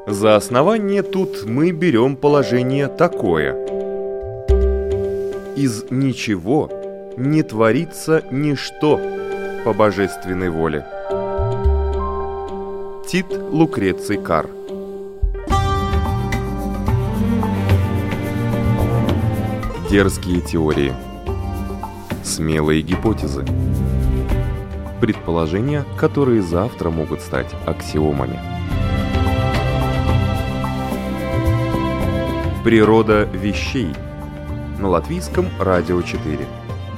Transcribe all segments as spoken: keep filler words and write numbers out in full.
За основание тут мы берем положение такое. Из ничего не творится ничто по божественной воле. Тит Лукреций Кар. Дерзкие теории. Смелые гипотезы. Предположения, которые завтра могут стать аксиомами. Природа вещей. На Латвийском радио четыре.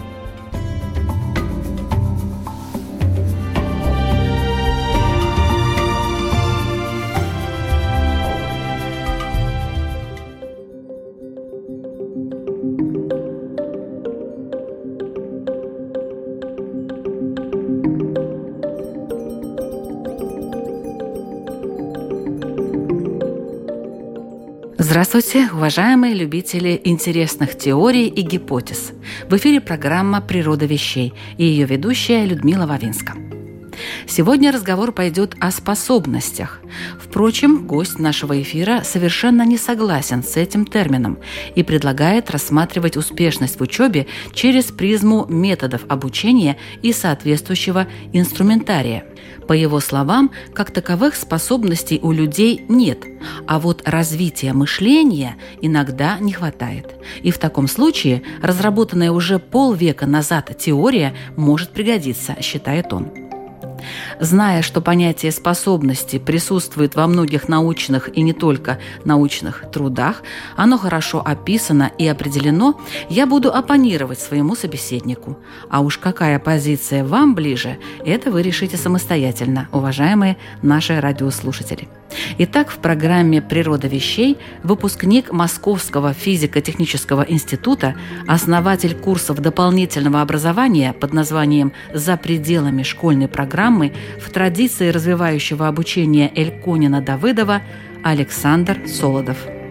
Здравствуйте, уважаемые любители интересных теорий и гипотез. В эфире программа «Природа вещей» и ее ведущая Людмила Вавинска. Сегодня разговор пойдет о способностях. Впрочем, гость нашего эфира совершенно не согласен с этим термином и предлагает рассматривать успешность в учебе через призму методов обучения и соответствующего инструментария. По его словам, как таковых способностей у людей нет, а вот развития мышления иногда не хватает. И в таком случае разработанная уже полвека назад теория может пригодиться, считает он. Зная, что понятие способности присутствует во многих научных и не только научных трудах, оно хорошо описано и определено, я буду оппонировать своему собеседнику. А уж какая позиция вам ближе, это вы решите самостоятельно, уважаемые наши радиослушатели. Итак, в программе «Природа вещей» выпускник Московского физико-технического института, основатель курсов дополнительного образования под названием «За пределами школьной программы» в традиции развивающего обучения Эльконина-Давыдова Александр Солодов.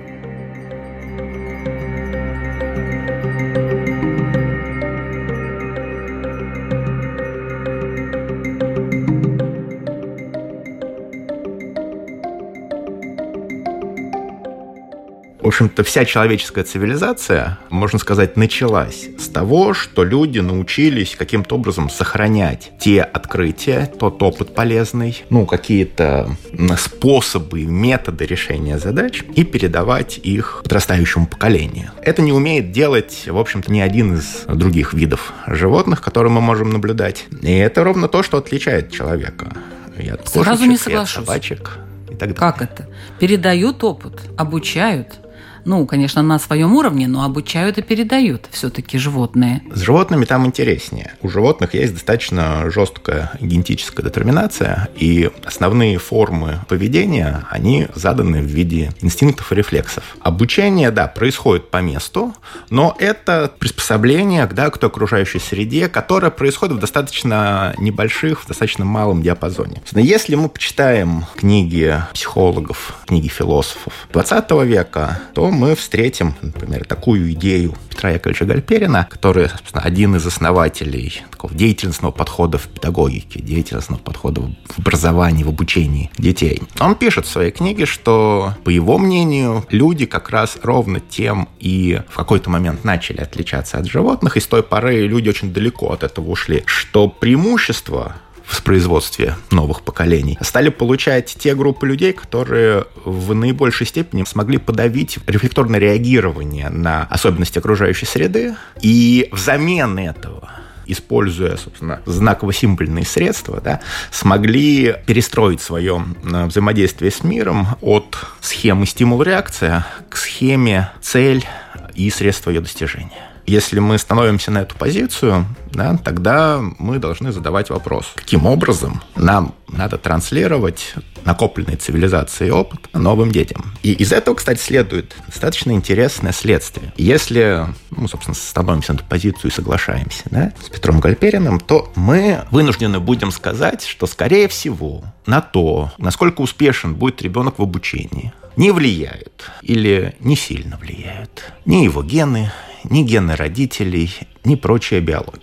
В общем-то, вся человеческая цивилизация, можно сказать, началась с того, что люди научились каким-то образом сохранять те открытия, тот опыт полезный, ну, какие-то способы, методы решения задач и передавать их подрастающему поколению. Это не умеет делать, в общем-то, ни один из других видов животных, которые мы можем наблюдать. И это ровно то, что отличает человека. И от Сразу кошечек, не соглашусь. И от собачек, и так далее. Как это? Передают опыт, обучают. Ну, конечно, на своем уровне, но обучают и передают все-таки животные. С животными там интереснее. У животных есть достаточно жесткая генетическая детерминация, и основные формы поведения, они заданы в виде инстинктов и рефлексов. Обучение, да, происходит по месту, но это приспособление, да, к той окружающей среде, которое происходит в достаточно небольших, в достаточно малом диапазоне. Если мы почитаем книги психологов, книги философов двадцатого века, то мы встретим, например, такую идею Петра Яковлевича Гальперина, который, собственно, один из основателей такого деятельностного подхода в педагогике, деятельностного подхода в образовании, в обучении детей. Он пишет в своей книге, что, по его мнению, люди как раз ровно тем и в какой-то момент начали отличаться от животных, и с той поры люди очень далеко от этого ушли, что преимущество в производстве новых поколений стали получать те группы людей, которые в наибольшей степени смогли подавить рефлекторное реагирование на особенности окружающей среды, и взамен этого, используя, собственно, знаково-символьные средства, да, смогли перестроить свое взаимодействие с миром от схемы стимул-реакция к схеме цель и средства ее достижения. Если мы становимся на эту позицию, да, тогда мы должны задавать вопрос, каким образом нам надо транслировать накопленный цивилизацией опыт новым детям. И из этого, кстати, следует достаточно интересное следствие. Если мы, собственно, становимся на эту позицию и соглашаемся, да, с Петром Гальпериным, то мы вынуждены будем сказать, что, скорее всего, на то, насколько успешен будет ребенок в обучении, не влияют или не сильно влияют ни его гены, ни гены родителей, ни прочая биология.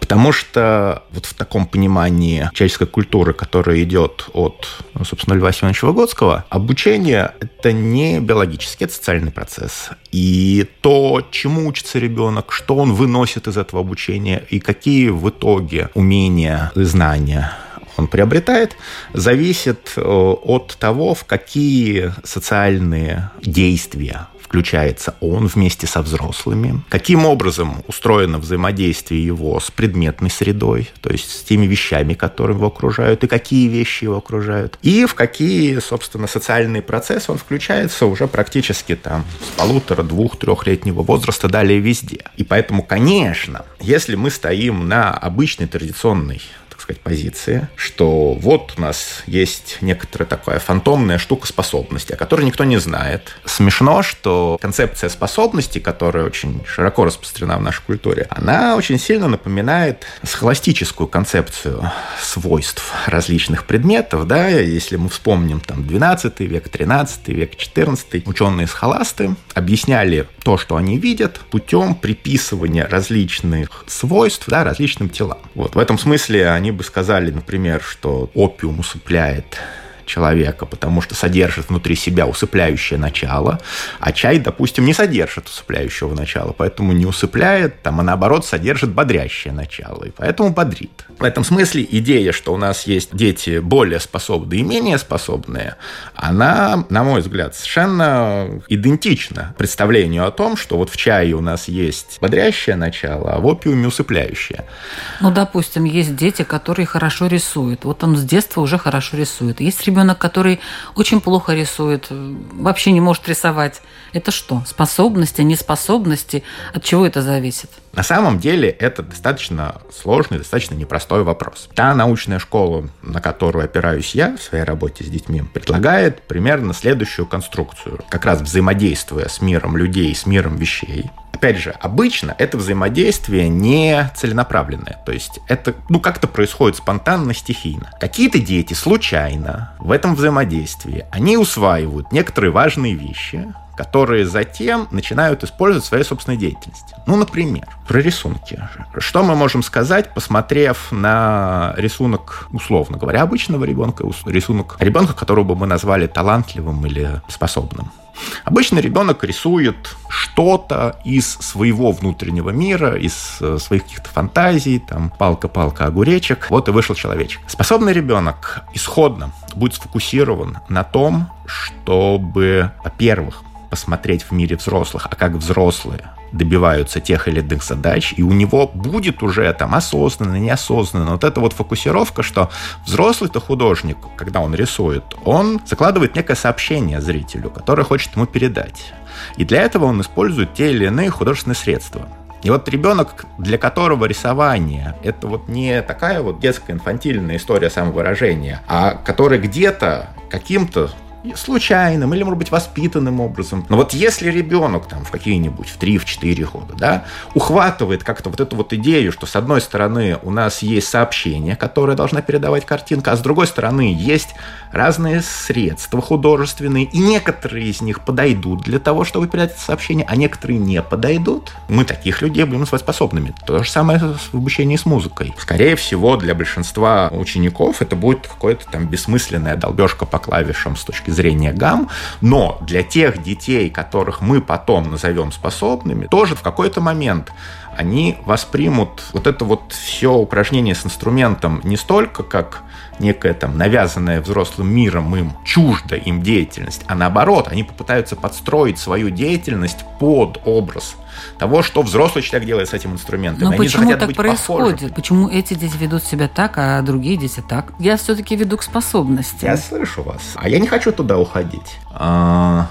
Потому что вот в таком понимании человеческой культуры, которая идет от, собственно, Льва Семеновича Выгодского, обучение – это не биологический, это социальный процесс. И то, чему учится ребенок, что он выносит из этого обучения и какие в итоге умения и знания он приобретает, зависит от того, в какие социальные действия включается он вместе со взрослыми, каким образом устроено взаимодействие его с предметной средой, то есть с теми вещами, которые его окружают, и какие вещи его окружают, и в какие, собственно, социальные процессы он включается уже практически там с полутора, двух, трехлетнего возраста далее везде. И поэтому, конечно, если мы стоим на обычной традиционной сказать, позиции, что вот у нас есть некоторая такая фантомная штука способности, о которой никто не знает. Смешно, что концепция способности, которая очень широко распространена в нашей культуре, она очень сильно напоминает схоластическую концепцию свойств различных предметов, да, если мы вспомним там двенадцатый век, тринадцатый век, четырнадцатый, ученые-схоласты объясняли то, что они видят, путем приписывания различных свойств, да, различным телам. Вот в этом смысле они бы сказали, например, что опиум усыпляет человека, потому что содержит внутри себя усыпляющее начало, а чай, допустим, не содержит усыпляющего начала, поэтому не усыпляет, там, а наоборот содержит бодрящее начало, и поэтому бодрит. В этом смысле идея, что у нас есть дети более способные и менее способные, она, на мой взгляд, совершенно идентична представлению о том, что вот в чае у нас есть бодрящее начало, а в опиуме усыпляющее. Ну, допустим, есть дети, которые хорошо рисуют. Вот он с детства уже хорошо рисует. Есть ребенок, который очень плохо рисует, вообще не может рисовать. Это что? Способности, неспособности? От чего это зависит? На самом деле это достаточно сложный, достаточно непростой вопрос. Та научная школа, на которую опираюсь я в своей работе с детьми, предлагает примерно следующую конструкцию. Как раз взаимодействуя с миром людей, с миром вещей. Опять же, обычно это взаимодействие не целенаправленное. То есть это ну, как-то происходит спонтанно, стихийно. Какие-то дети случайно в этом взаимодействии, они усваивают некоторые важные вещи, которые затем начинают использовать в своей собственной деятельности. Ну, например, про рисунки. Что мы можем сказать, посмотрев на рисунок, условно говоря, обычного ребенка, рисунок ребенка, которого бы мы назвали талантливым или способным? Обычно ребенок рисует что-то из своего внутреннего мира, из своих каких-то фантазий, там, палка-палка, огуречек, вот и вышел человечек. Способный ребенок исходно будет сфокусирован на том, чтобы, во-первых, посмотреть в мире взрослых, а как взрослые добиваются тех или иных задач, и у него будет уже там осознанно, неосознанно вот эта вот фокусировка, что взрослый-то художник, когда он рисует, он закладывает некое сообщение зрителю, которое хочет ему передать. И для этого он использует те или иные художественные средства. И вот ребенок, для которого рисование – это вот не такая вот детская инфантильная история самовыражения, а который где-то каким-то случайным или, может быть, воспитанным образом. Но вот если ребенок там в какие-нибудь в три-четыре года, да, ухватывает как-то вот эту вот идею, что с одной стороны у нас есть сообщение, которое должна передавать картинка, а с другой стороны есть разные средства художественные, и некоторые из них подойдут для того, чтобы передать это сообщение, а некоторые не подойдут, мы таких людей будем называть способными. То же самое в обучении с музыкой. Скорее всего, для большинства учеников это будет какое-то там бессмысленная долбежка по клавишам с точки зрения гамм, но для тех детей, которых мы потом назовем способными, тоже в какой-то момент они воспримут вот это вот все упражнение с инструментом не столько как некая там навязанная взрослым миром им чужда им деятельность, а наоборот, они попытаются подстроить свою деятельность под образ того, что взрослый человек делает с этим инструментом. Но почему так происходит? Похожи. Почему эти дети ведут себя так, а другие дети так? Я все-таки веду к способности. Я слышу вас. А я не хочу туда уходить. А...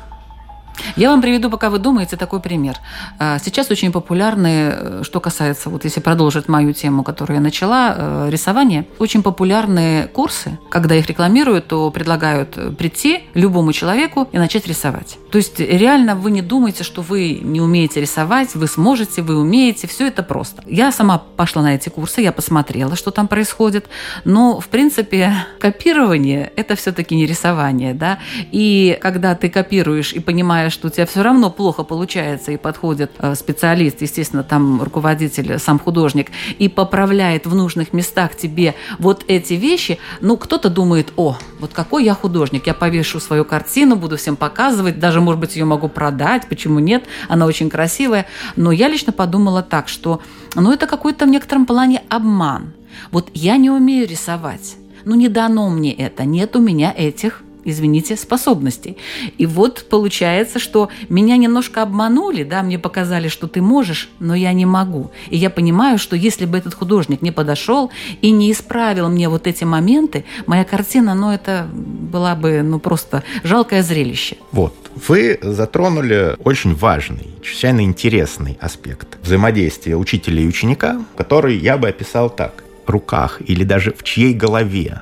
Я вам приведу, пока вы думаете, такой пример. Сейчас очень популярны, что касается, вот если продолжить мою тему, которую я начала, рисование, очень популярные курсы, когда их рекламируют, то предлагают прийти любому человеку и начать рисовать. То есть реально вы не думаете, что вы не умеете рисовать, вы сможете, вы умеете, все это просто. Я сама пошла на эти курсы, я посмотрела, что там происходит, но, в принципе, копирование – это все-таки не рисование, да, и когда ты копируешь и понимаешь, понимаешь, что у тебя все равно плохо получается, и подходит специалист, естественно, там руководитель, сам художник, и поправляет в нужных местах тебе вот эти вещи, ну, кто-то думает: о, вот какой я художник, я повешу свою картину, буду всем показывать, даже, может быть, ее могу продать, почему нет, она очень красивая. Но я лично подумала так, что, ну, это какой-то в некотором плане обман. Вот я не умею рисовать, ну, не дано мне это, нет у меня этих, извините, способностей. И вот получается, что меня немножко обманули, да, мне показали, что ты можешь, но я не могу. И я понимаю, что если бы этот художник не подошел и не исправил мне вот эти моменты, моя картина, ну, это была бы, ну, просто жалкое зрелище. Вот. Вы затронули очень важный, чрезвычайно интересный аспект взаимодействия учителя и ученика, который я бы описал так. В руках или даже в чьей голове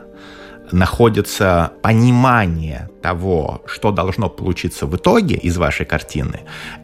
находится понимание того, что должно получиться в итоге из вашей картины,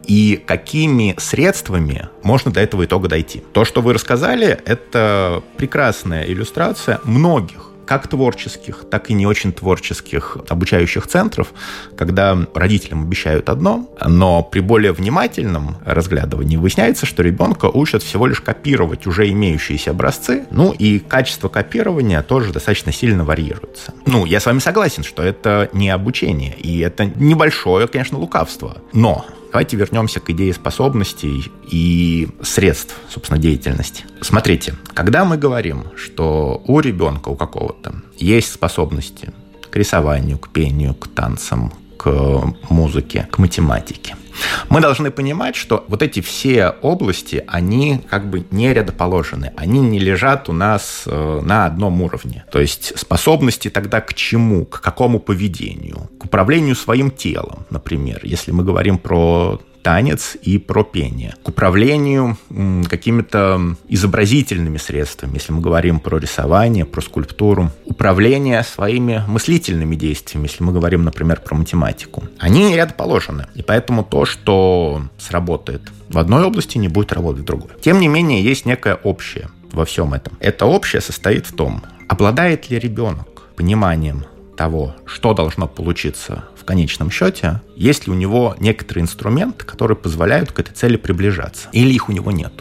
и какими средствами можно до этого итога дойти. То, что вы рассказали, это прекрасная иллюстрация многих как творческих, так и не очень творческих обучающих центров, когда родителям обещают одно, но при более внимательном разглядывании выясняется, что ребенка учат всего лишь копировать уже имеющиеся образцы, ну и качество копирования тоже достаточно сильно варьируется. Ну, я с вами согласен, что это не обучение, и это небольшое, конечно, лукавство, но... Давайте вернемся к идее способностей и средств, собственно, деятельности. Смотрите, когда мы говорим, что у ребенка, у какого-то, есть способности к рисованию, к пению, к танцам, к музыке, к математике, мы должны понимать, что вот эти все области, они как бы не рядоположены, они не лежат у нас на одном уровне. То есть способности тогда к чему? К какому поведению? К управлению своим телом, например, если мы говорим про танец и про пение. К управлению какими-то изобразительными средствами, если мы говорим про рисование, про скульптуру. Управление своими мыслительными действиями, если мы говорим, например, про математику. Они рядоположены. И поэтому то, что сработает в одной области, не будет работать в другой. Тем не менее, есть некое общее во всем этом. Это общее состоит в том, обладает ли ребенок пониманием того, что должно получиться в конечном счете, есть ли у него некоторые инструменты, которые позволяют к этой цели приближаться, или их у него нет.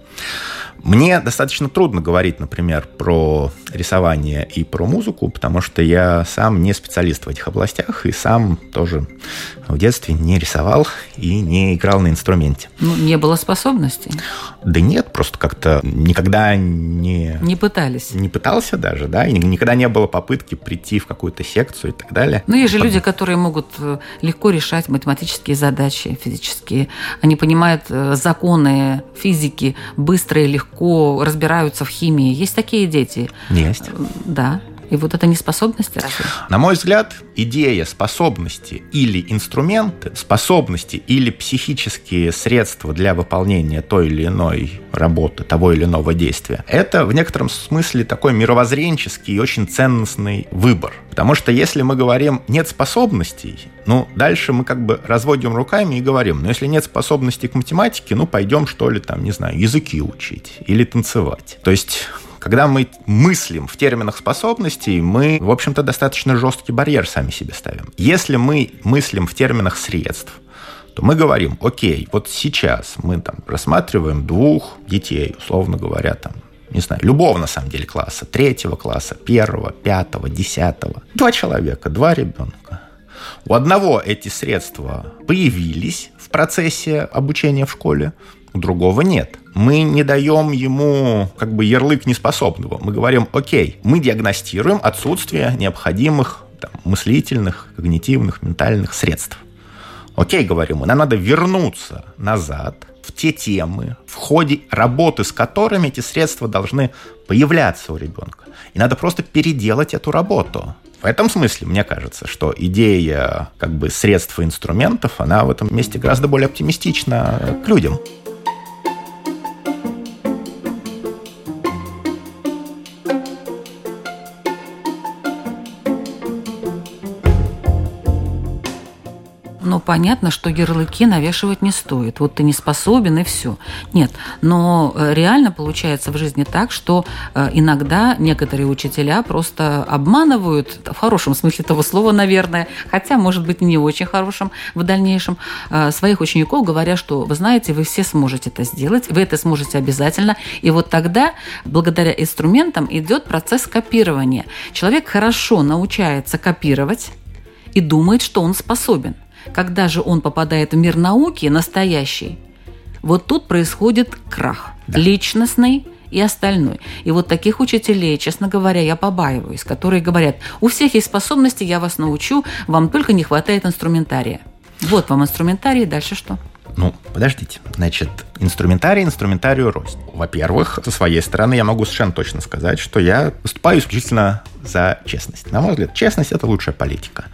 Мне достаточно трудно говорить, например, про рисование и про музыку, потому что я сам не специалист в этих областях и сам тоже в детстве не рисовал и не играл на инструменте. Ну, не было способностей? Да нет, просто как-то никогда не... Не пытались? Не пытался даже, да, и никогда не было попытки прийти в какую-то секцию и так далее. Ну, есть же люди, которые могут легко решать математические задачи физические. Они понимают законы физики быстро и легко, разбираются в химии. Есть такие дети? Есть. Да. И вот это не способности разве? На мой взгляд, идея способности или инструменты, способности или психические средства для выполнения той или иной работы, того или иного действия, это в некотором смысле такой мировоззренческий и очень ценностный выбор. Потому что если мы говорим «нет способностей», ну, дальше мы как бы разводим руками и говорим, ну, если нет способностей к математике, ну, пойдем, что ли, там, не знаю, языки учить или танцевать. То есть... Когда мы мыслим в терминах способностей, мы, в общем-то, достаточно жесткий барьер сами себе ставим. Если мы мыслим в терминах средств, то мы говорим, окей, вот сейчас мы там рассматриваем двух детей, условно говоря, там, не знаю, любого, на самом деле, класса, третьего класса, первого, пятого, десятого. Два человека, два ребенка. У одного эти средства появились в процессе обучения в школе, у другого нет. Мы не даем ему как бы ярлык неспособного. Мы говорим, окей, мы диагностируем отсутствие необходимых там, мыслительных, когнитивных, ментальных средств. Окей, говорим мы, нам надо вернуться назад в те темы, в ходе работы с которыми эти средства должны появляться у ребенка. И надо просто переделать эту работу. В этом смысле, мне кажется, что идея как бы средств и инструментов, она в этом месте гораздо более оптимистична к людям. Ну, понятно, что ярлыки навешивать не стоит. Вот ты не способен, и все. Нет, но реально получается в жизни так, что иногда некоторые учителя просто обманывают, в хорошем смысле этого слова, наверное, хотя, может быть, не очень хорошем в дальнейшем, своих учеников, говоря, что, вы знаете, вы все сможете это сделать, вы это сможете обязательно. И вот тогда, благодаря инструментам, идет процесс копирования. Человек хорошо научается копировать и думает, что он способен. Когда же он попадает в мир науки настоящий, вот тут происходит крах. Да. Личностный и остальной. И вот таких учителей, честно говоря, я побаиваюсь, которые говорят, у всех есть способности, я вас научу, вам только не хватает инструментария. Вот вам инструментарий, дальше что? Ну, подождите. Значит, инструментарий инструментарию рознь. Во-первых, со своей стороны я могу совершенно точно сказать, что я выступаю исключительно за честность. На мой взгляд, честность – это лучшая политика.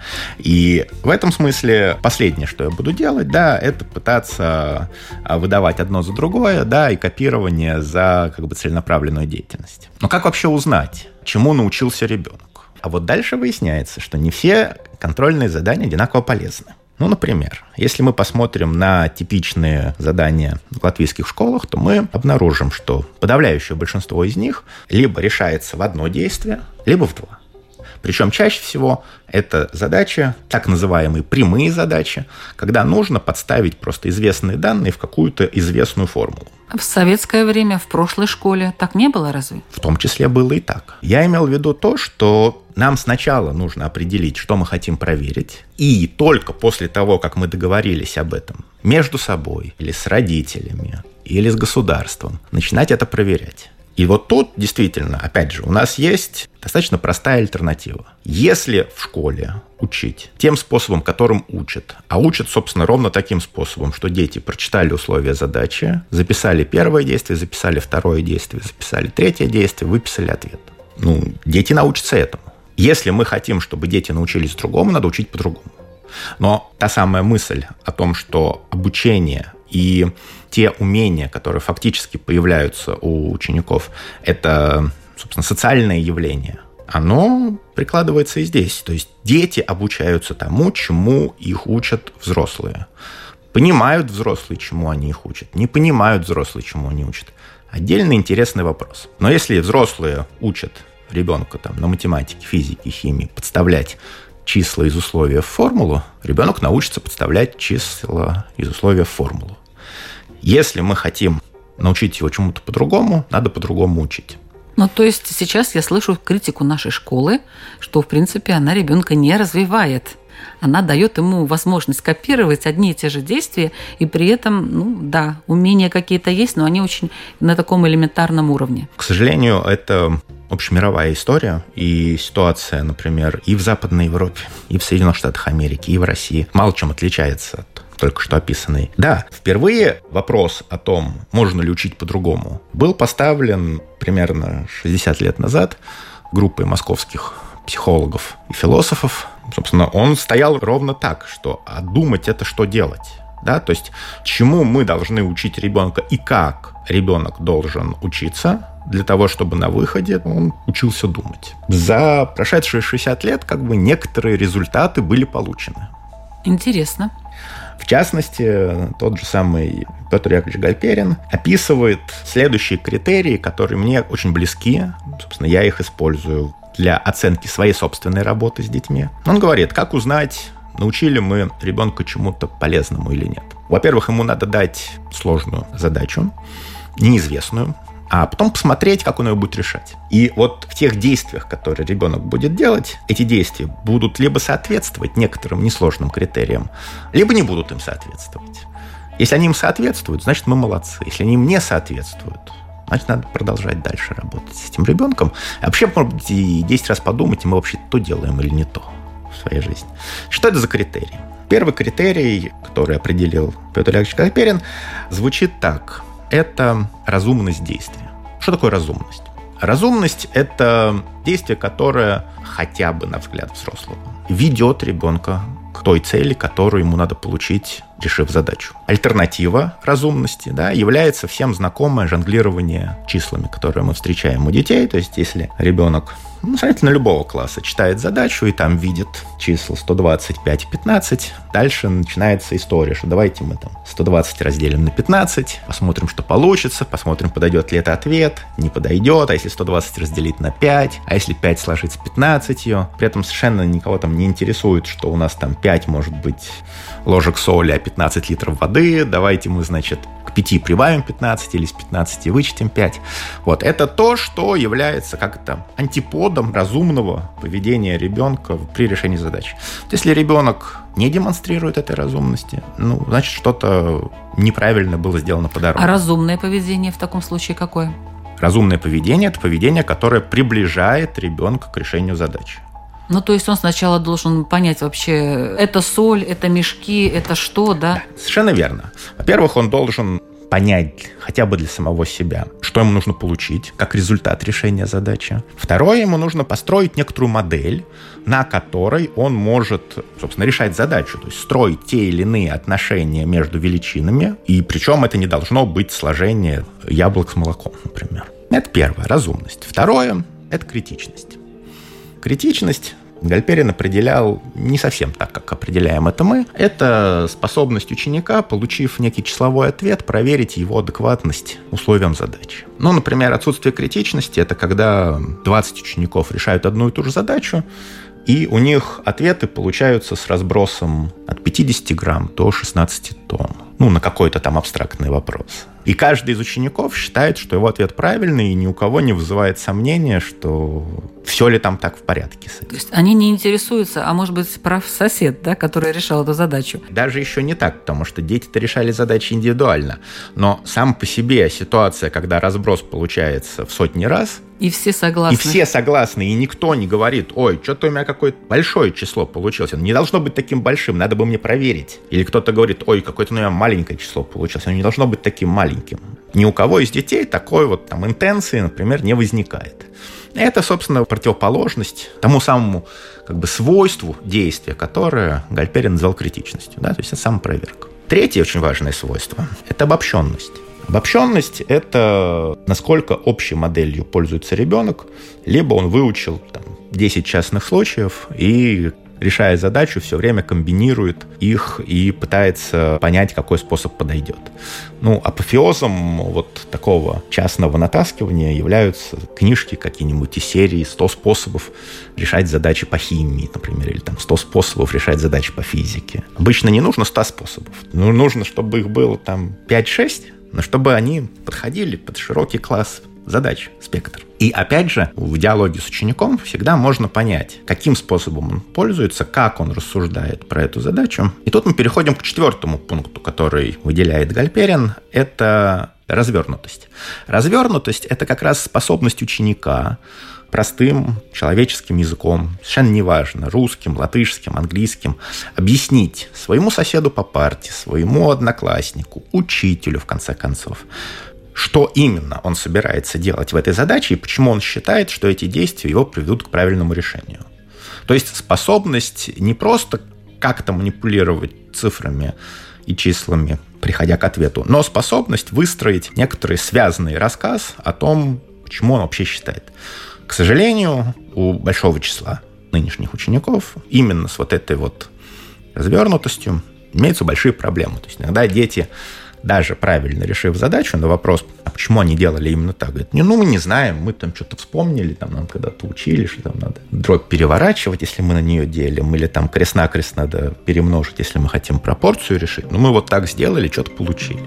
И в этом смысле последнее, что я буду делать, да, это пытаться выдавать одно за другое, да, и копирование за как бы целенаправленную деятельность. Но как вообще узнать, чему научился ребенок? А вот дальше выясняется, что не все контрольные задания одинаково полезны. Ну, например, если мы посмотрим на типичные задания в латвийских школах, то мы обнаружим, что подавляющее большинство из них либо решается в одно действие, либо в два. Причем чаще всего это задачи, так называемые прямые задачи, когда нужно подставить просто известные данные в какую-то известную формулу. В советское время, в прошлой школе так не было разве? В том числе было и так. Я имел в виду то, что нам сначала нужно определить, что мы хотим проверить, и только после того, как мы договорились об этом между собой, или с родителями, или с государством, начинать это проверять. И вот тут действительно, опять же, у нас есть достаточно простая альтернатива. Если в школе учить тем способом, которым учат, а учат, собственно, ровно таким способом, что дети прочитали условия задачи, записали первое действие, записали второе действие, записали третье действие, выписали ответ. Ну, дети научатся этому. Если мы хотим, чтобы дети научились другому, надо учить по-другому. Но та самая мысль о том, что обучение и те умения, которые фактически появляются у учеников, это, собственно, социальное явление, оно прикладывается и здесь. То есть дети обучаются тому, чему их учат взрослые. Понимают взрослые, чему они их учат. Не понимают взрослые, чему они учат. Отдельно интересный вопрос. Но если взрослые учат ребенка там, на математике, физике, химии подставлять числа из условия в формулу, ребенок научится подставлять числа из условия в формулу. Если мы хотим научить его чему-то по-другому, надо по-другому учить. Ну, то есть сейчас я слышу критику нашей школы, что, в принципе, она ребенка не развивает. Она дает ему возможность копировать одни и те же действия, и при этом, ну да, умения какие-то есть, но они очень на таком элементарном уровне. К сожалению, это общемировая история, и ситуация, например, и в Западной Европе, и в Соединенных Штатах Америки, и в России мало чем отличается от только что описанный. Да, впервые вопрос о том, можно ли учить по-другому, был поставлен примерно шестьдесят лет назад группой московских психологов и философов. Собственно, он стоял ровно так, что а думать это что делать? Да? То есть, чему мы должны учить ребенка и как ребенок должен учиться для того, чтобы на выходе он учился думать. За прошедшие шестьдесят лет как бы некоторые результаты были получены. Интересно. В частности, тот же самый Петр Яковлевич Гальперин описывает следующие критерии, которые мне очень близки. Собственно, я их использую для оценки своей собственной работы с детьми. Он говорит, как узнать, научили мы ребенка чему-то полезному или нет. Во-первых, ему надо дать сложную задачу, неизвестную, а потом посмотреть, как он ее будет решать. И вот в тех действиях, которые ребенок будет делать, эти действия будут либо соответствовать некоторым несложным критериям, либо не будут им соответствовать. Если они им соответствуют, значит, мы молодцы. Если они им не соответствуют, значит, надо продолжать дальше работать с этим ребенком. А вообще, может быть, и десять раз подумать, мы вообще то делаем или не то в своей жизни. Что это за критерий? Первый критерий, который определил Петр Яковлевич Гальперин, звучит так. Это разумность действия. Что такое разумность? Разумность – это действие, которое, хотя бы на взгляд взрослого, ведет ребенка к той цели, которую ему надо получить решив задачу. Альтернатива разумности, да, является всем знакомое жонглирование числами, которое мы встречаем у детей. То есть, если ребенок, ну, сравнительно любого класса, читает задачу и там видит числа сто двадцать пять и пятнадцать, дальше начинается история, что давайте мы там сто двадцать разделим на пятнадцать, посмотрим, что получится, посмотрим, подойдет ли это ответ, не подойдет, а если сто двадцать разделить на пять, а если пять сложить с пятнадцатью. При этом совершенно никого там не интересует, что у нас там пять может быть ложек соли, а пятнадцать литров воды. Давайте мы, значит, к пяти прибавим пятнадцать или с пятнадцати вычтем пять. Вот, это то, что является как-то антиподом разумного поведения ребенка при решении задач. Если ребенок не демонстрирует этой разумности, ну, значит, что-то неправильно было сделано по дороге. А разумное поведение в таком случае какое? Разумное поведение – это поведение, которое приближает ребенка к решению задачи. Ну, то есть он сначала должен понять вообще, это соль, это мешки, это что, да? Да, совершенно верно. Во-первых, он должен понять хотя бы для самого себя, что ему нужно получить как результат решения задачи. Второе, ему нужно построить некоторую модель, на которой он может, собственно, решать задачу, то есть строить те или иные отношения между величинами, и причем это не должно быть сложение яблок с молоком, например. Это первое, разумность. Второе – это критичность. Критичность Гальперин определял не совсем так, как определяем это мы. Это способность ученика, получив некий числовой ответ, проверить его адекватность условиям задачи. Ну, например, отсутствие критичности – это когда двадцать учеников решают одну и ту же задачу, и у них ответы получаются с разбросом от пятидесяти грамм до шестнадцати тонн. Ну, на какой-то там абстрактный вопрос. И каждый из учеников считает, что его ответ правильный, и ни у кого не вызывает сомнения, что все ли там так в порядке с этим. То есть они не интересуются, а может быть, прав сосед, да, который решал эту задачу? Даже еще не так, потому что дети-то решали задачи индивидуально. Но сам по себе ситуация, когда разброс получается в сотни раз, и все согласны. И все согласны, и никто не говорит: ой, что-то у меня какое-то большое число получилось. Оно не должно быть таким большим, надо бы мне проверить. Или кто-то говорит: ой, какое-то у меня маленькое число получилось. Оно не должно быть таким маленьким. Ни у кого из детей такой вот там интенции, например, не возникает. Это, собственно, противоположность тому самому как бы свойству действия, которое Гальперин назвал критичностью. Да? То есть это самопроверка. Третье очень важное свойство – это обобщенность. Обобщенность – это насколько общей моделью пользуется ребенок, либо он выучил там, десять частных случаев и, решая задачу, все время комбинирует их и пытается понять, какой способ подойдет. Ну, апофеозом вот такого частного натаскивания являются книжки какие-нибудь из серии «сто способов решать задачи по химии», например, или там «сто способов решать задачи по физике». Обычно не нужно сто способов, но нужно, чтобы их было там пять-шесть, но чтобы они подходили под широкий класс задач, спектр. И опять же, в диалоге с учеником всегда можно понять, каким способом он пользуется, как он рассуждает про эту задачу. И тут мы переходим к четвертому пункту, который выделяет Гальперин. Это развернутость. Развернутость – это как раз способность ученика простым человеческим языком, совершенно неважно, русским, латышским, английским, объяснить своему соседу по парте, своему однокласснику, учителю, в конце концов, что именно он собирается делать в этой задаче и почему он считает, что эти действия его приведут к правильному решению. То есть способность не просто как-то манипулировать цифрами и числами, приходя к ответу, но способность выстроить некоторый связанный рассказ о том, почему он вообще считает. К сожалению, у большого числа нынешних учеников именно с вот этой вот развернутостью имеются большие проблемы. То есть иногда дети, даже правильно решив задачу на вопрос, а почему они делали именно так, говорят: ну, мы не знаем, мы там что-то вспомнили, там нам когда-то учили, что там надо дробь переворачивать, если мы на нее делим, или там крест-накрест надо перемножить, если мы хотим пропорцию решить. Ну, мы вот так сделали, что-то получили.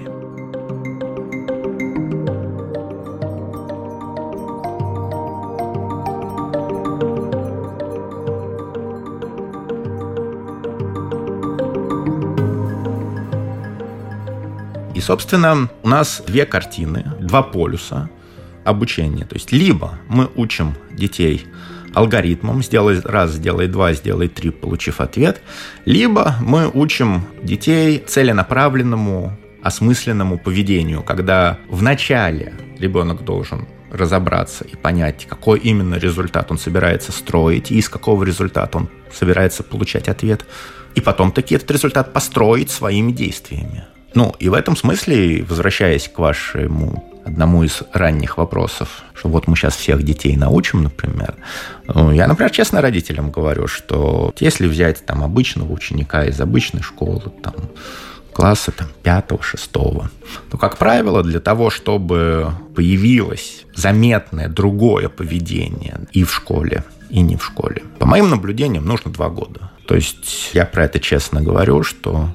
И, собственно, у нас две картины, два полюса обучения. То есть либо мы учим детей алгоритмам «сделай раз, сделай два, сделай три», получив ответ, либо мы учим детей целенаправленному, осмысленному поведению, когда вначале ребенок должен разобраться и понять, какой именно результат он собирается строить, и из какого результата он собирается получать ответ, и потом таки этот результат построить своими действиями. Ну, и в этом смысле, возвращаясь к вашему одному из ранних вопросов, что вот мы сейчас всех детей научим, например, я, например, честно родителям говорю, что если взять там обычного ученика из обычной школы, там, класса там, пятого, шестого, то, как правило, для того, чтобы появилось заметное другое поведение и в школе, и не в школе, по моим наблюдениям, нужно два года. То есть я про это честно говорю, что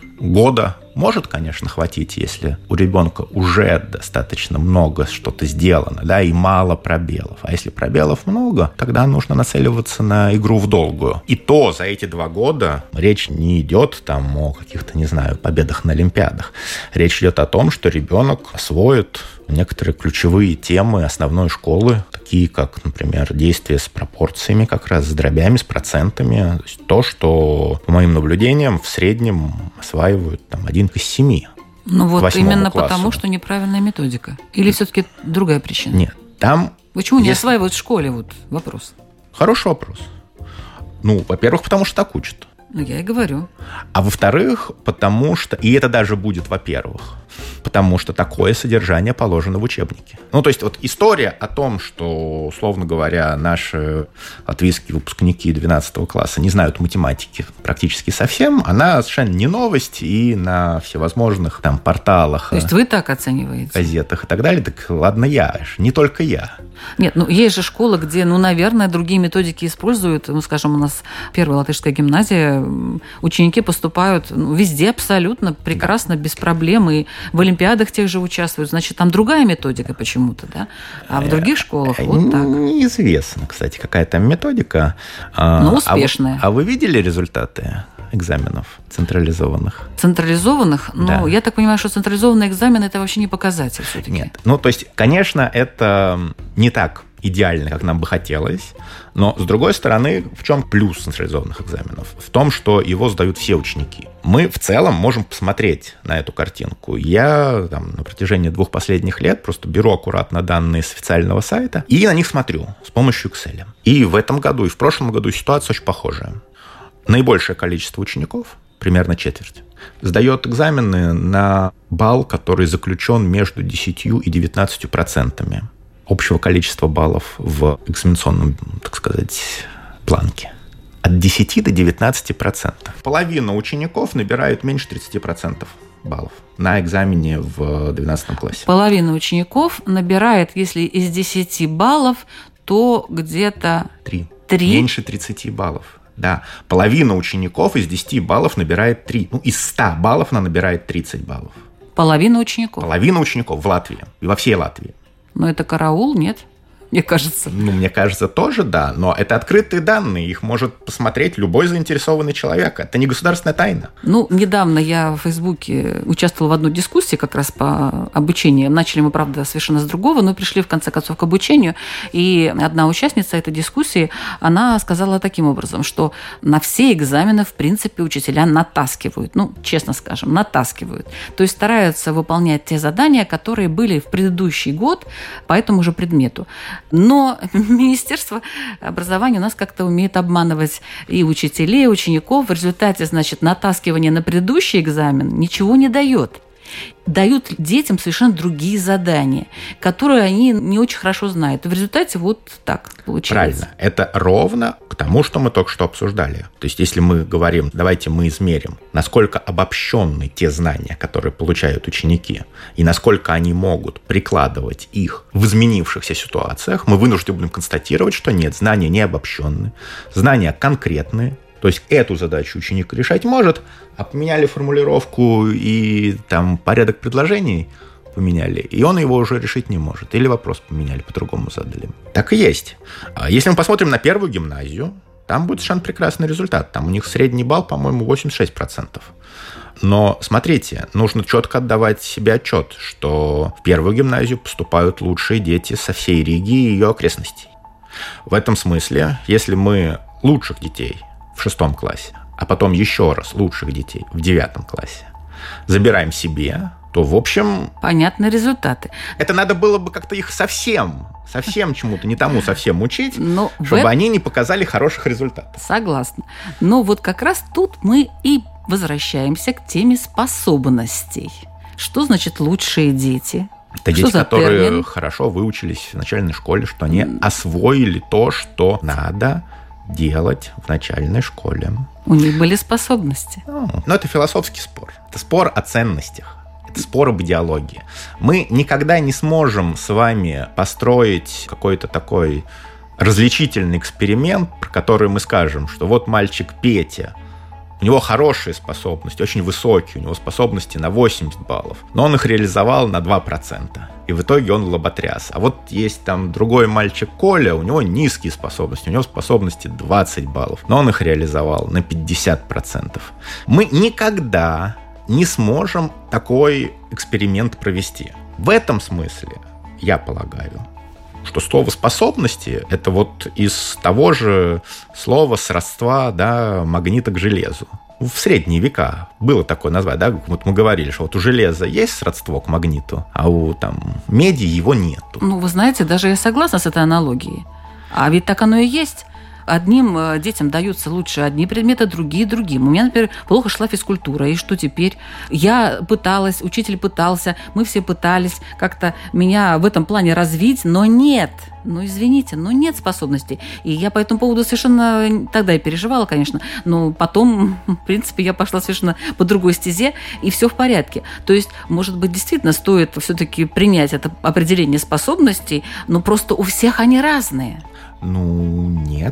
года может, конечно, хватить, если у ребенка уже достаточно много что-то сделано, да, и мало пробелов. А если пробелов много, тогда нужно нацеливаться на игру в долгую. И то за эти два года речь не идет там о каких-то, не знаю, победах на Олимпиадах. Речь идет о том, что ребенок освоит некоторые ключевые темы основной школы, такие как, например, действия с пропорциями, как раз с дробями, с процентами. То есть то, что, по моим наблюдениям, в среднем осваивают там один к семи. Ну вот именно классу. Потому, что неправильная методика. Или все-таки другая причина? Нет, там... Почему не есть... осваивают в школе? Вот вопрос. Хороший вопрос. Ну, во-первых, потому что так учат. Ну, я и говорю. А во-вторых, потому что... И это даже будет во-первых. Потому что такое содержание положено в учебнике. Ну, то есть вот история о том, что, условно говоря, наши латвийские выпускники двенадцатого класса не знают математики практически совсем, она совершенно не новость, и на всевозможных там порталах... То есть вы так оцениваете? Газетах и так далее. Так ладно я, не только я. Нет, ну есть же школы, где, ну, наверное, другие методики используют. Ну, скажем, у нас первая латышская гимназия, ученики поступают ну, везде абсолютно прекрасно, без проблем, и в олимпиадах тех же участвуют. Значит, там другая методика почему-то, да? А в других школах вот так. Неизвестно, кстати, какая там методика. Ну, успешная. А вы, а вы видели результаты экзаменов централизованных? Централизованных? Да. Ну, я так понимаю, что централизованный экзамен – это вообще не показатель все-таки. Нет. Ну, то есть, конечно, это не так идеально, как нам бы хотелось, но, с другой стороны, в чем плюс централизованных экзаменов? В том, что его сдают все ученики. Мы в целом можем посмотреть на эту картинку. Я там, на протяжении двух последних лет просто беру аккуратно данные с официального сайта и на них смотрю с помощью Excel. И в этом году, и в прошлом году ситуация очень похожая. Наибольшее количество учеников, примерно четверть, сдает экзамены на балл, который заключен между десятью и девятнадцатью процентами общего количества баллов в экзаменационном, так сказать, планке. От десяти до девятнадцати процентов. Половина учеников набирают меньше тридцати процентов баллов на экзамене в двенадцатом классе. Половина учеников набирает, если из десяти баллов, то где-то... Три. Три? Меньше тридцати баллов. Да, половина учеников из десяти баллов набирает три. Ну, из ста баллов она набирает тридцать баллов. Половина учеников? Половина учеников в Латвии. И во всей Латвии. Но это караул, нет? Мне кажется. Ну, мне кажется, тоже да. Но это открытые данные. Их может посмотреть любой заинтересованный человек. Это не государственная тайна. Ну, недавно я в Фейсбуке участвовала в одной дискуссии как раз по обучению. Начали мы, правда, совершенно с другого, но пришли, в конце концов, к обучению. И одна участница этой дискуссии, она сказала таким образом, что на все экзамены, в принципе, учителя натаскивают. Ну, честно скажем, натаскивают. То есть стараются выполнять те задания, которые были в предыдущий год по этому же предмету. Но Министерство образования у нас как-то умеет обманывать и учителей, и учеников. В результате, значит, натаскивание на предыдущий экзамен ничего не дает. Дают детям совершенно другие задания, которые они не очень хорошо знают. И в результате вот так получается. Правильно. Это ровно к тому, что мы только что обсуждали. То есть, если мы говорим, давайте мы измерим, насколько обобщенны те знания, которые получают ученики, и насколько они могут прикладывать их в изменившихся ситуациях, мы вынуждены будем констатировать, что нет, знания не обобщенные, знания конкретные. То есть эту задачу ученик решать может, а поменяли формулировку и там порядок предложений поменяли, и он его уже решить не может. Или вопрос поменяли, по-другому задали. Так и есть. Если мы посмотрим на первую гимназию, там будет совершенно прекрасный результат. Там у них средний балл, по-моему, восемьдесят шесть процентов. Но смотрите, нужно четко отдавать себе отчет, что в первую гимназию поступают лучшие дети со всей Риги и ее окрестностей. В этом смысле, если мы лучших детей в шестом классе, а потом еще раз лучших детей в девятом классе забираем себе, то, в общем... Понятны результаты. Это надо было бы как-то их совсем, совсем чему-то, не тому совсем учить, Но чтобы в... они не показали хороших результатов. Согласна. Но вот как раз тут мы и возвращаемся к теме способностей. Что значит лучшие дети? Это что дети, которые термин? хорошо выучились в начальной школе, что они освоили то, что надо делать в начальной школе. У них были способности. Ну, но это философский спор. Это спор о ценностях. Это спор об идеологии. Мы никогда не сможем с вами построить какой-то такой различительный эксперимент, про который мы скажем, что вот мальчик Петя, у него хорошие способности, очень высокие, у него способности на восемьдесят баллов, но он их реализовал на два процента. И в итоге он лоботряс. А вот есть там другой мальчик Коля, у него низкие способности, у него способности двадцать баллов, но он их реализовал на пятьдесят процентов. Мы никогда не сможем такой эксперимент провести. В этом смысле, я полагаю, что слово «способности» — это вот из того же слова сродства, да, магнита к железу. В средние века было такое название, да, вот мы говорили, что вот у железа есть сродство к магниту, а у там меди его нету. Ну, вы знаете, даже я согласна с этой аналогией. А ведь так оно и есть. Одним детям даются лучше одни предметы, другие другим. У меня, например, плохо шла физкультура. И что теперь? Я пыталась, учитель пытался, мы все пытались как-то меня в этом плане развить, но нет. Ну, извините, но нет способностей. И я по этому поводу совершенно... Тогда я переживала, конечно, но потом, в принципе, я пошла совершенно по другой стезе, и все в порядке. То есть, может быть, действительно стоит все-таки принять это определение способностей, но просто у всех они разные. Ну, нет.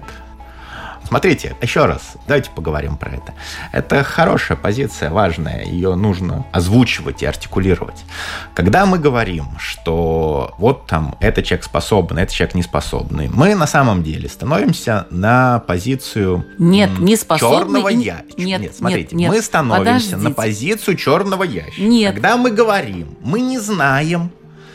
Смотрите, еще раз, давайте поговорим про это. Это хорошая позиция, важная, ее нужно озвучивать и артикулировать. Когда мы говорим, что вот там этот человек способный, этот человек неспособный, мы на самом деле становимся на позицию нет, не черного и... ящика. Нет, нет, смотрите, нет, мы становимся подождите. на позицию черного ящика. Нет. Когда мы говорим, мы не знаем,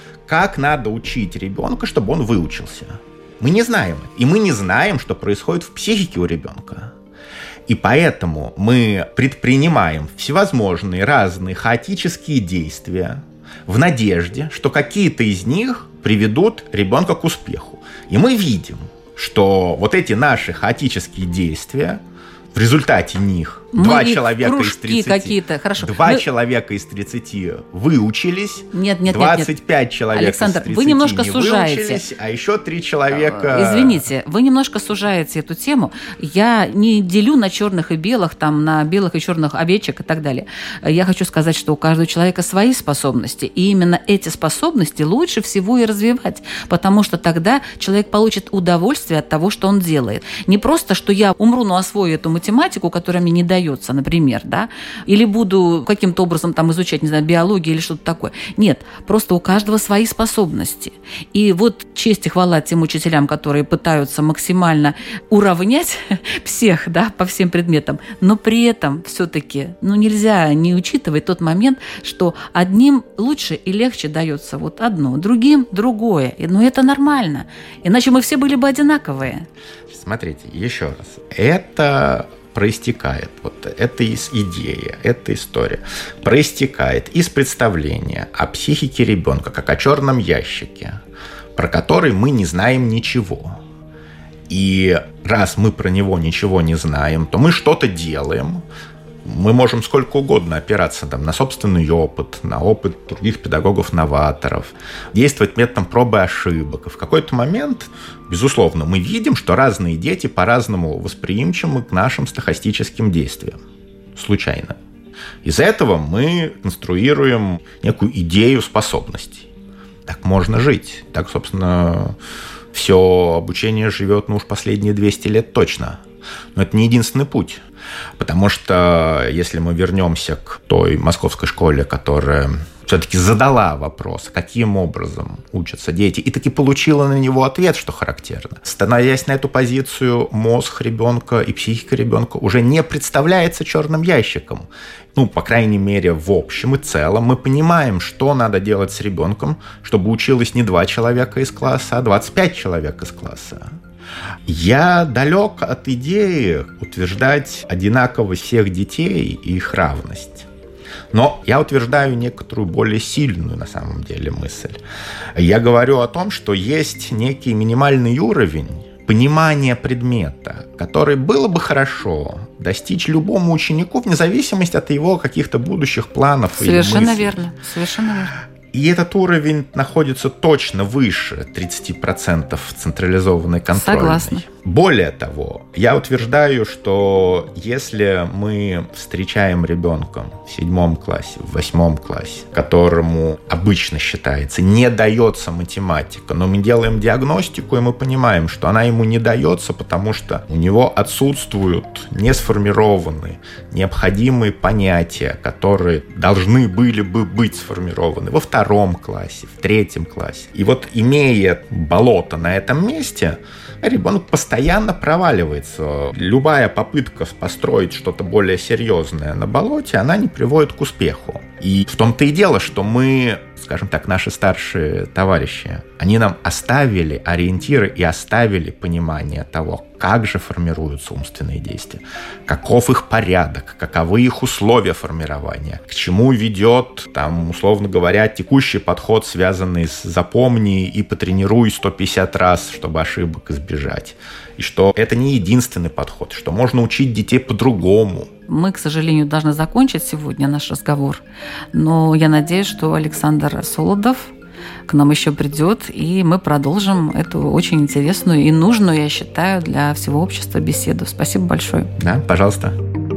как надо учить ребенка, чтобы он выучился. Мы не знаем. И мы не знаем, что происходит в психике у ребенка. И поэтому мы предпринимаем всевозможные разные хаотические действия в надежде, что какие-то из них приведут ребенка к успеху. И мы видим, что вот эти наши хаотические действия, в результате них мы два человека из тридцати, какие-то. Хорошо. два мы... человека из тридцати выучились, нет, нет, двадцать пять нет, нет. человек Александр, из тридцати вы немножко не сужаете. выучились, а еще три человека... Извините, вы немножко сужаете эту тему. Я не делю на черных и белых, там, на белых и черных овечек и так далее. Я хочу сказать, что у каждого человека свои способности, и именно эти способности лучше всего и развивать, потому что тогда человек получит удовольствие от того, что он делает. Не просто, что я умру, но освою эту математику, которая мне не дается, например, да, или буду каким-то образом там изучать, не знаю, биологию или что-то такое. Нет, просто у каждого свои способности. И вот честь и хвала тем учителям, которые пытаются максимально уравнять всех, да, по всем предметам, но при этом все-таки, ну, нельзя не учитывать тот момент, что одним лучше и легче дается вот одно, другим другое. Но это нормально. Иначе мы все были бы одинаковые. Смотрите, еще раз. Это проистекает, вот эта идея, эта история проистекает из представления о психике ребенка, как о черном ящике, про который мы не знаем ничего. И раз мы про него ничего не знаем, то мы что-то делаем. Мы можем сколько угодно опираться там, на собственный опыт, на опыт других педагогов-новаторов, действовать методом пробы и ошибок. И в какой-то момент, безусловно, мы видим, что разные дети по-разному восприимчивы к нашим стохастическим действиям. Случайно. Из-за этого мы конструируем некую идею способностей. Так можно жить. Так, собственно, все обучение живет, ну уж последние двести лет точно. Но это не единственный путь. Потому что если мы вернемся к той московской школе, которая все-таки задала вопрос, каким образом учатся дети, и таки получила на него ответ, что характерно. Становясь на эту позицию, мозг ребенка и психика ребенка уже не представляется черным ящиком. Ну, по крайней мере, в общем и целом мы понимаем, что надо делать с ребенком, чтобы училось не два человека из класса, а двадцать пять человек из класса. Я далек от идеи утверждать одинаковость всех детей и их равность. Но я утверждаю некоторую более сильную на самом деле мысль. Я говорю о том, что есть некий минимальный уровень понимания предмета, который было бы хорошо достичь любому ученику вне зависимости от его каких-то будущих планов. Совершенно верно, совершенно верно. И этот уровень находится точно выше тридцати процентов централизованной контрольной. Согласна. Более того, я утверждаю, что если мы встречаем ребенка в седьмом классе, в восьмом классе, которому обычно считается не дается математика, но мы делаем диагностику, и мы понимаем, что она ему не дается, потому что у него отсутствуют не сформированные необходимые понятия, которые должны были бы быть сформированы во втором классе, в третьем классе. И вот, имея болото на этом месте, ребенок постоянно проваливается. Любая попытка построить что-то более серьезное на болоте, она не приводит к успеху. И в том-то и дело, что мы, скажем так, наши старшие товарищи, они нам оставили ориентиры и оставили понимание того, как же формируются умственные действия, каков их порядок, каковы их условия формирования, к чему ведет, там, условно говоря, текущий подход, связанный с «запомни и потренируй сто пятьдесят раз, чтобы ошибок избежать». И что это не единственный подход, что можно учить детей по-другому. Мы, к сожалению, должны закончить сегодня наш разговор, но я надеюсь, что Александр Солодов к нам еще придет, и мы продолжим эту очень интересную и нужную, я считаю, для всего общества беседу. Спасибо большое. Да, пожалуйста.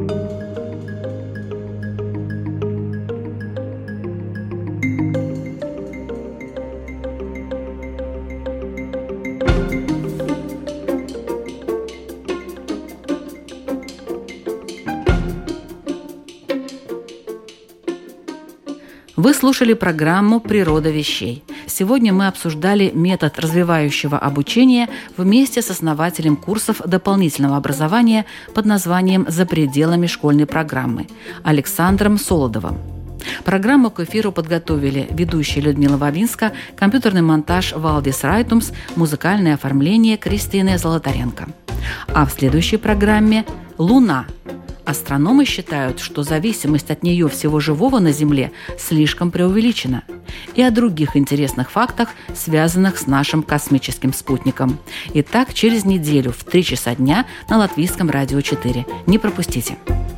Вы слушали программу «Природа вещей». Сегодня мы обсуждали метод развивающего обучения вместе с основателем курсов дополнительного образования под названием «За пределами школьной программы» Александром Солодовым. Программу к эфиру подготовили ведущая Людмила Вавинска, компьютерный монтаж Валдис Райтумс, музыкальное оформление Кристины Золотаренко. А в следующей программе «Луна». Астрономы считают, что зависимость от нее всего живого на Земле слишком преувеличена. И о других интересных фактах, связанных с нашим космическим спутником. Итак, через неделю в три часа дня на Латвийском радио четыре. Не пропустите.